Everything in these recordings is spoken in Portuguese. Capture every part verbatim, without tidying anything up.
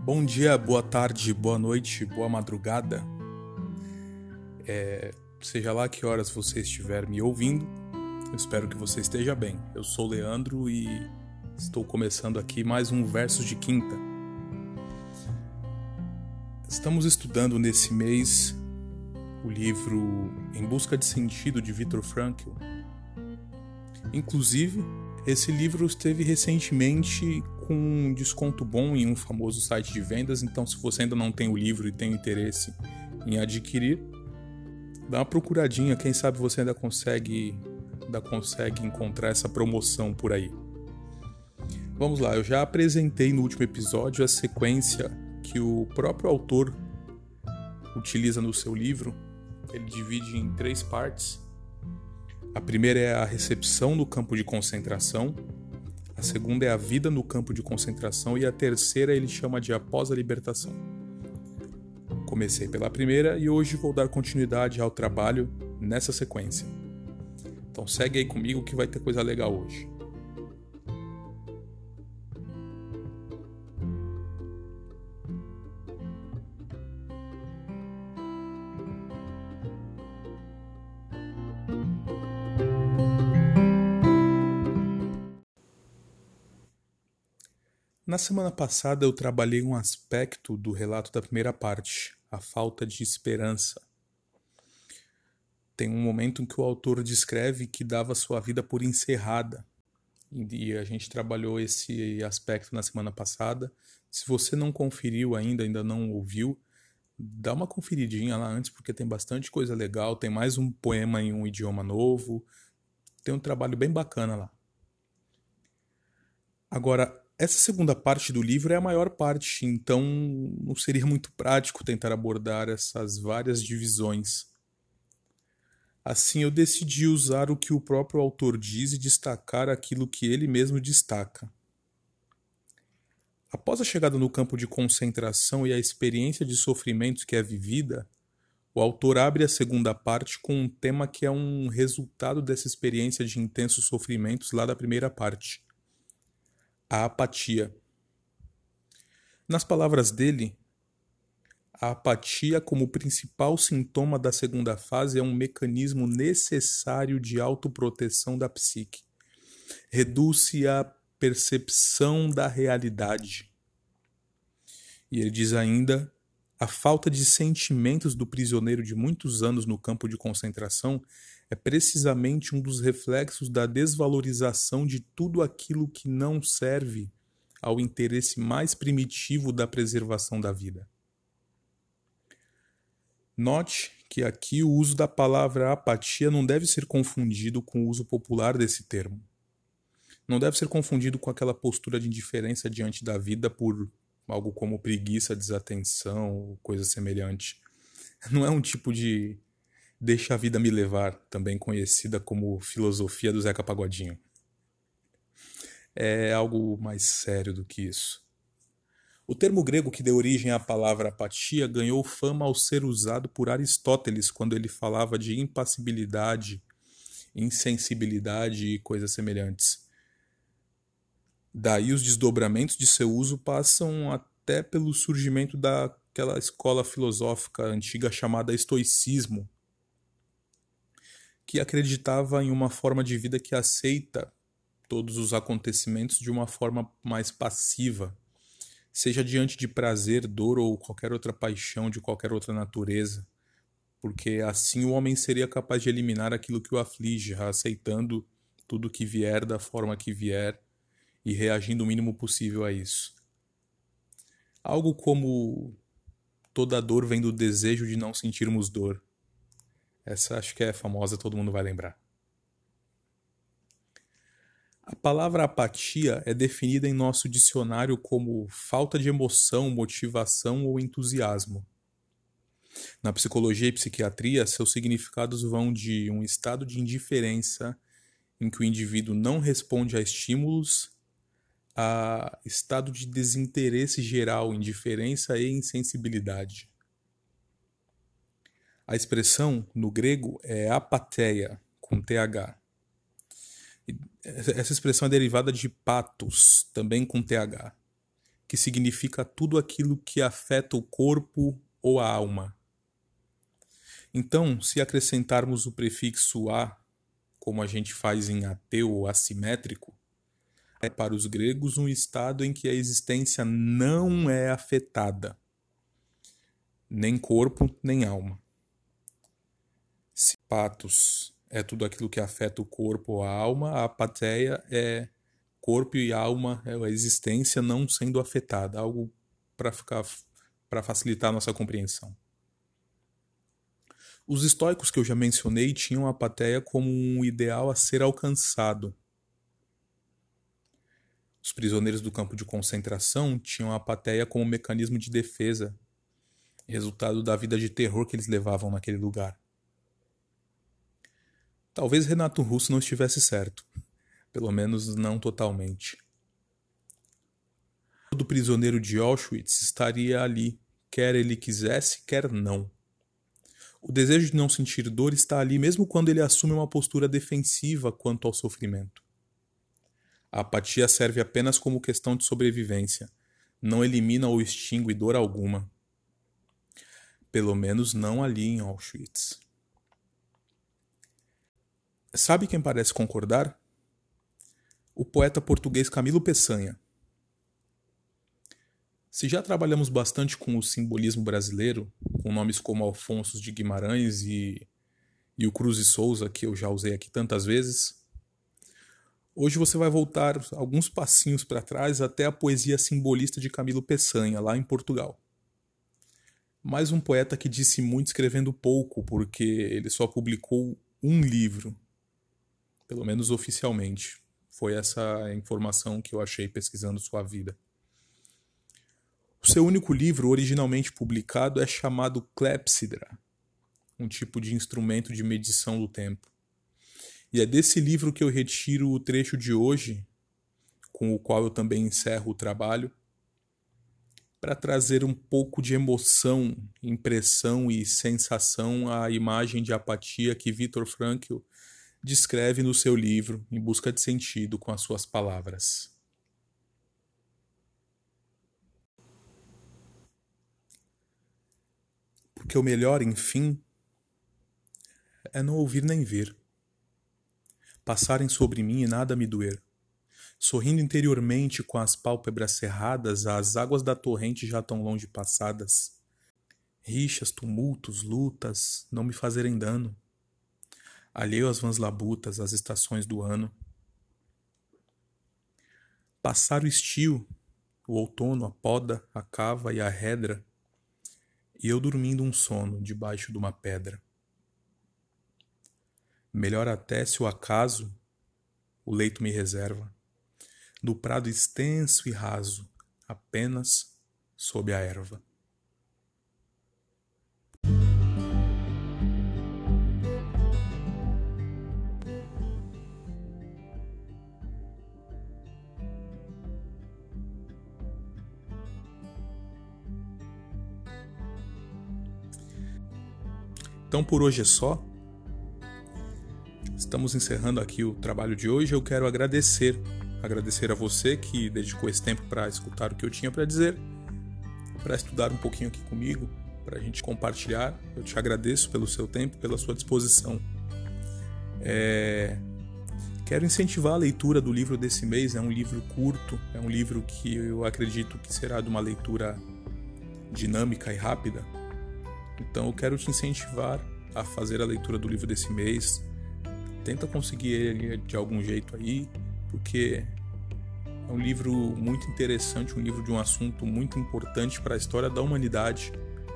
Bom dia, boa tarde, boa noite, boa madrugada. É, seja lá que horas você estiver me ouvindo, eu espero que você esteja bem. Eu sou o Leandro e estou começando aqui mais um Versos de Quinta. Estamos estudando nesse mês o livro Em Busca de Sentido de Viktor Frankl. Inclusive, esse livro esteve recentemente com um desconto bom em um famoso site de vendas, então se você ainda não tem o livro e tem interesse em adquirir, dá uma procuradinha, quem sabe você ainda consegue, ainda consegue encontrar essa promoção por aí. Vamos lá, eu já apresentei no último episódio a sequência que o próprio autor utiliza no seu livro. Ele divide em três partes. A primeira é a recepção no campo de concentração, a segunda é a vida no campo de concentração e a terceira ele chama de após a libertação. Comecei pela primeira e hoje vou dar continuidade ao trabalho nessa sequência. Então segue aí comigo que vai ter coisa legal hoje. Na semana passada eu trabalhei um aspecto do relato da primeira parte, a falta de esperança. Tem um momento em que o autor descreve que dava sua vida por encerrada. E a gente trabalhou esse aspecto na semana passada. Se você não conferiu ainda, ainda não ouviu, dá uma conferidinha lá antes, porque tem bastante coisa legal. Tem mais um poema em um idioma novo. Tem um trabalho bem bacana lá. Agora, essa segunda parte do livro é a maior parte, então não seria muito prático tentar abordar essas várias divisões. Assim, eu decidi usar o que o próprio autor diz e destacar aquilo que ele mesmo destaca. Após a chegada no campo de concentração e a experiência de sofrimentos que é vivida, o autor abre a segunda parte com um tema que é um resultado dessa experiência de intensos sofrimentos lá da primeira parte: a apatia. Nas palavras dele, a apatia como principal sintoma da segunda fase é um mecanismo necessário de autoproteção da psique. Reduz-se à percepção da realidade. E ele diz ainda, a falta de sentimentos do prisioneiro de muitos anos no campo de concentração é precisamente um dos reflexos da desvalorização de tudo aquilo que não serve ao interesse mais primitivo da preservação da vida. Note que aqui o uso da palavra apatia não deve ser confundido com o uso popular desse termo. Não deve ser confundido com aquela postura de indiferença diante da vida por algo como preguiça, desatenção ou coisa semelhante. Não é um tipo de deixa a vida me levar, também conhecida como filosofia do Zeca Pagodinho. É algo mais sério do que isso. O termo grego que deu origem à palavra apatia ganhou fama ao ser usado por Aristóteles quando ele falava de impassibilidade, insensibilidade e coisas semelhantes. Daí os desdobramentos de seu uso passam até pelo surgimento daquela escola filosófica antiga chamada estoicismo, que acreditava em uma forma de vida que aceita todos os acontecimentos de uma forma mais passiva, seja diante de prazer, dor ou qualquer outra paixão de qualquer outra natureza, porque assim o homem seria capaz de eliminar aquilo que o aflige, aceitando tudo que vier da forma que vier e reagindo o mínimo possível a isso. Algo como toda dor vem do desejo de não sentirmos dor. Essa acho que é famosa, todo mundo vai lembrar. A palavra apatia é definida em nosso dicionário como falta de emoção, motivação ou entusiasmo. Na psicologia e psiquiatria, seus significados vão de um estado de indiferença em que o indivíduo não responde a estímulos a estado de desinteresse geral, indiferença e insensibilidade. A expressão, no grego, é apatheia, com T H. Essa expressão é derivada de patos, também com T H, que significa tudo aquilo que afeta o corpo ou a alma. Então, se acrescentarmos o prefixo a, como a gente faz em ateu ou assimétrico, é para os gregos um estado em que a existência não é afetada, nem corpo, nem alma. Se patos é tudo aquilo que afeta o corpo ou a alma, a apatheia é corpo e alma, é a existência não sendo afetada, algo para ficar para facilitar a nossa compreensão. Os estoicos que eu já mencionei tinham a apatheia como um ideal a ser alcançado. Os prisioneiros do campo de concentração tinham a apatheia como mecanismo de defesa, resultado da vida de terror que eles levavam naquele lugar. Talvez Renato Russo não estivesse certo, pelo menos não totalmente. O prisioneiro de Auschwitz estaria ali, quer ele quisesse, quer não. O desejo de não sentir dor está ali mesmo quando ele assume uma postura defensiva quanto ao sofrimento. A apatia serve apenas como questão de sobrevivência, não elimina ou extingue dor alguma. Pelo menos não ali em Auschwitz. Sabe quem parece concordar? O poeta português Camilo Peçanha. Se já trabalhamos bastante com o simbolismo brasileiro, com nomes como Alfonso de Guimarães e, e o Cruz e Souza, que eu já usei aqui tantas vezes, hoje você vai voltar alguns passinhos para trás até a poesia simbolista de Camilo Peçanha, lá em Portugal. Mais um poeta que disse muito escrevendo pouco, porque ele só publicou um livro, pelo menos oficialmente. Foi essa informação que eu achei pesquisando sua vida. O seu único livro originalmente publicado é chamado Clepsydra, um tipo de instrumento de medição do tempo. E é desse livro que eu retiro o trecho de hoje, com o qual eu também encerro o trabalho, para trazer um pouco de emoção, impressão e sensação à imagem de apatia que Viktor Frankl descreve no seu livro Em Busca de Sentido com as suas palavras. Porque o melhor, enfim, é não ouvir nem ver. Passarem sobre mim e nada me doer. Sorrindo interiormente com as pálpebras cerradas, as águas da torrente já tão longe passadas. Rixas, tumultos, lutas, não me fazerem dano. Alheio às vãs labutas, às estações do ano. Passar o estio, o outono, a poda, a cava e a redra, e eu dormindo um sono debaixo de uma pedra. Melhor até se o acaso o leito me reserva, no prado extenso e raso, apenas sob a erva. Então por hoje é só. Estamos encerrando aqui o trabalho de hoje. Eu quero agradecer, agradecer a você que dedicou esse tempo para escutar o que eu tinha para dizer, para estudar um pouquinho aqui comigo, para a gente compartilhar. Eu te agradeço pelo seu tempo, pela sua disposição. É... Quero incentivar a leitura do livro desse mês. É um livro curto, é um livro que eu acredito que será de uma leitura dinâmica e rápida. Então eu quero te incentivar a fazer a leitura do livro desse mês. Tenta conseguir ele de algum jeito aí, porque é um livro muito interessante, um livro de um assunto muito importante para a história da humanidade.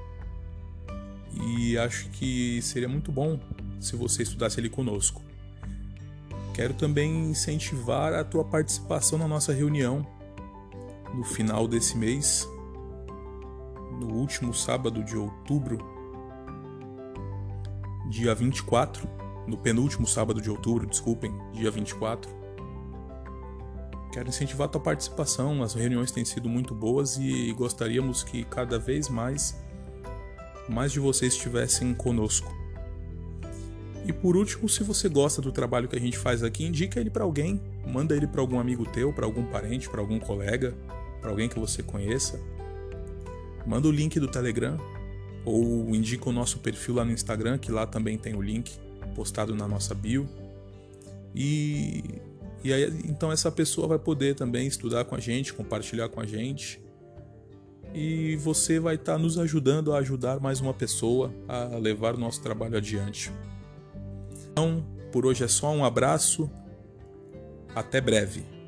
E acho que seria muito bom se você estudasse ele conosco. Quero também incentivar a tua participação na nossa reunião no final desse mês, no último sábado de outubro, dia vinte e quatro, no penúltimo sábado de outubro, desculpem, dia vinte e quatro. Quero incentivar a tua participação, as reuniões têm sido muito boas e gostaríamos que cada vez mais, mais de vocês estivessem conosco. E por último, se você gosta do trabalho que a gente faz aqui, indica ele para alguém, manda ele para algum amigo teu, para algum parente, para algum colega, para alguém que você conheça, manda o link do Telegram ou indica o nosso perfil lá no Instagram, que lá também tem o link postado na nossa bio. E, e aí, então essa pessoa vai poder também estudar com a gente, compartilhar com a gente. E você vai estar nos ajudando a ajudar mais uma pessoa a levar o nosso trabalho adiante. Então, por hoje é só, um abraço, até breve.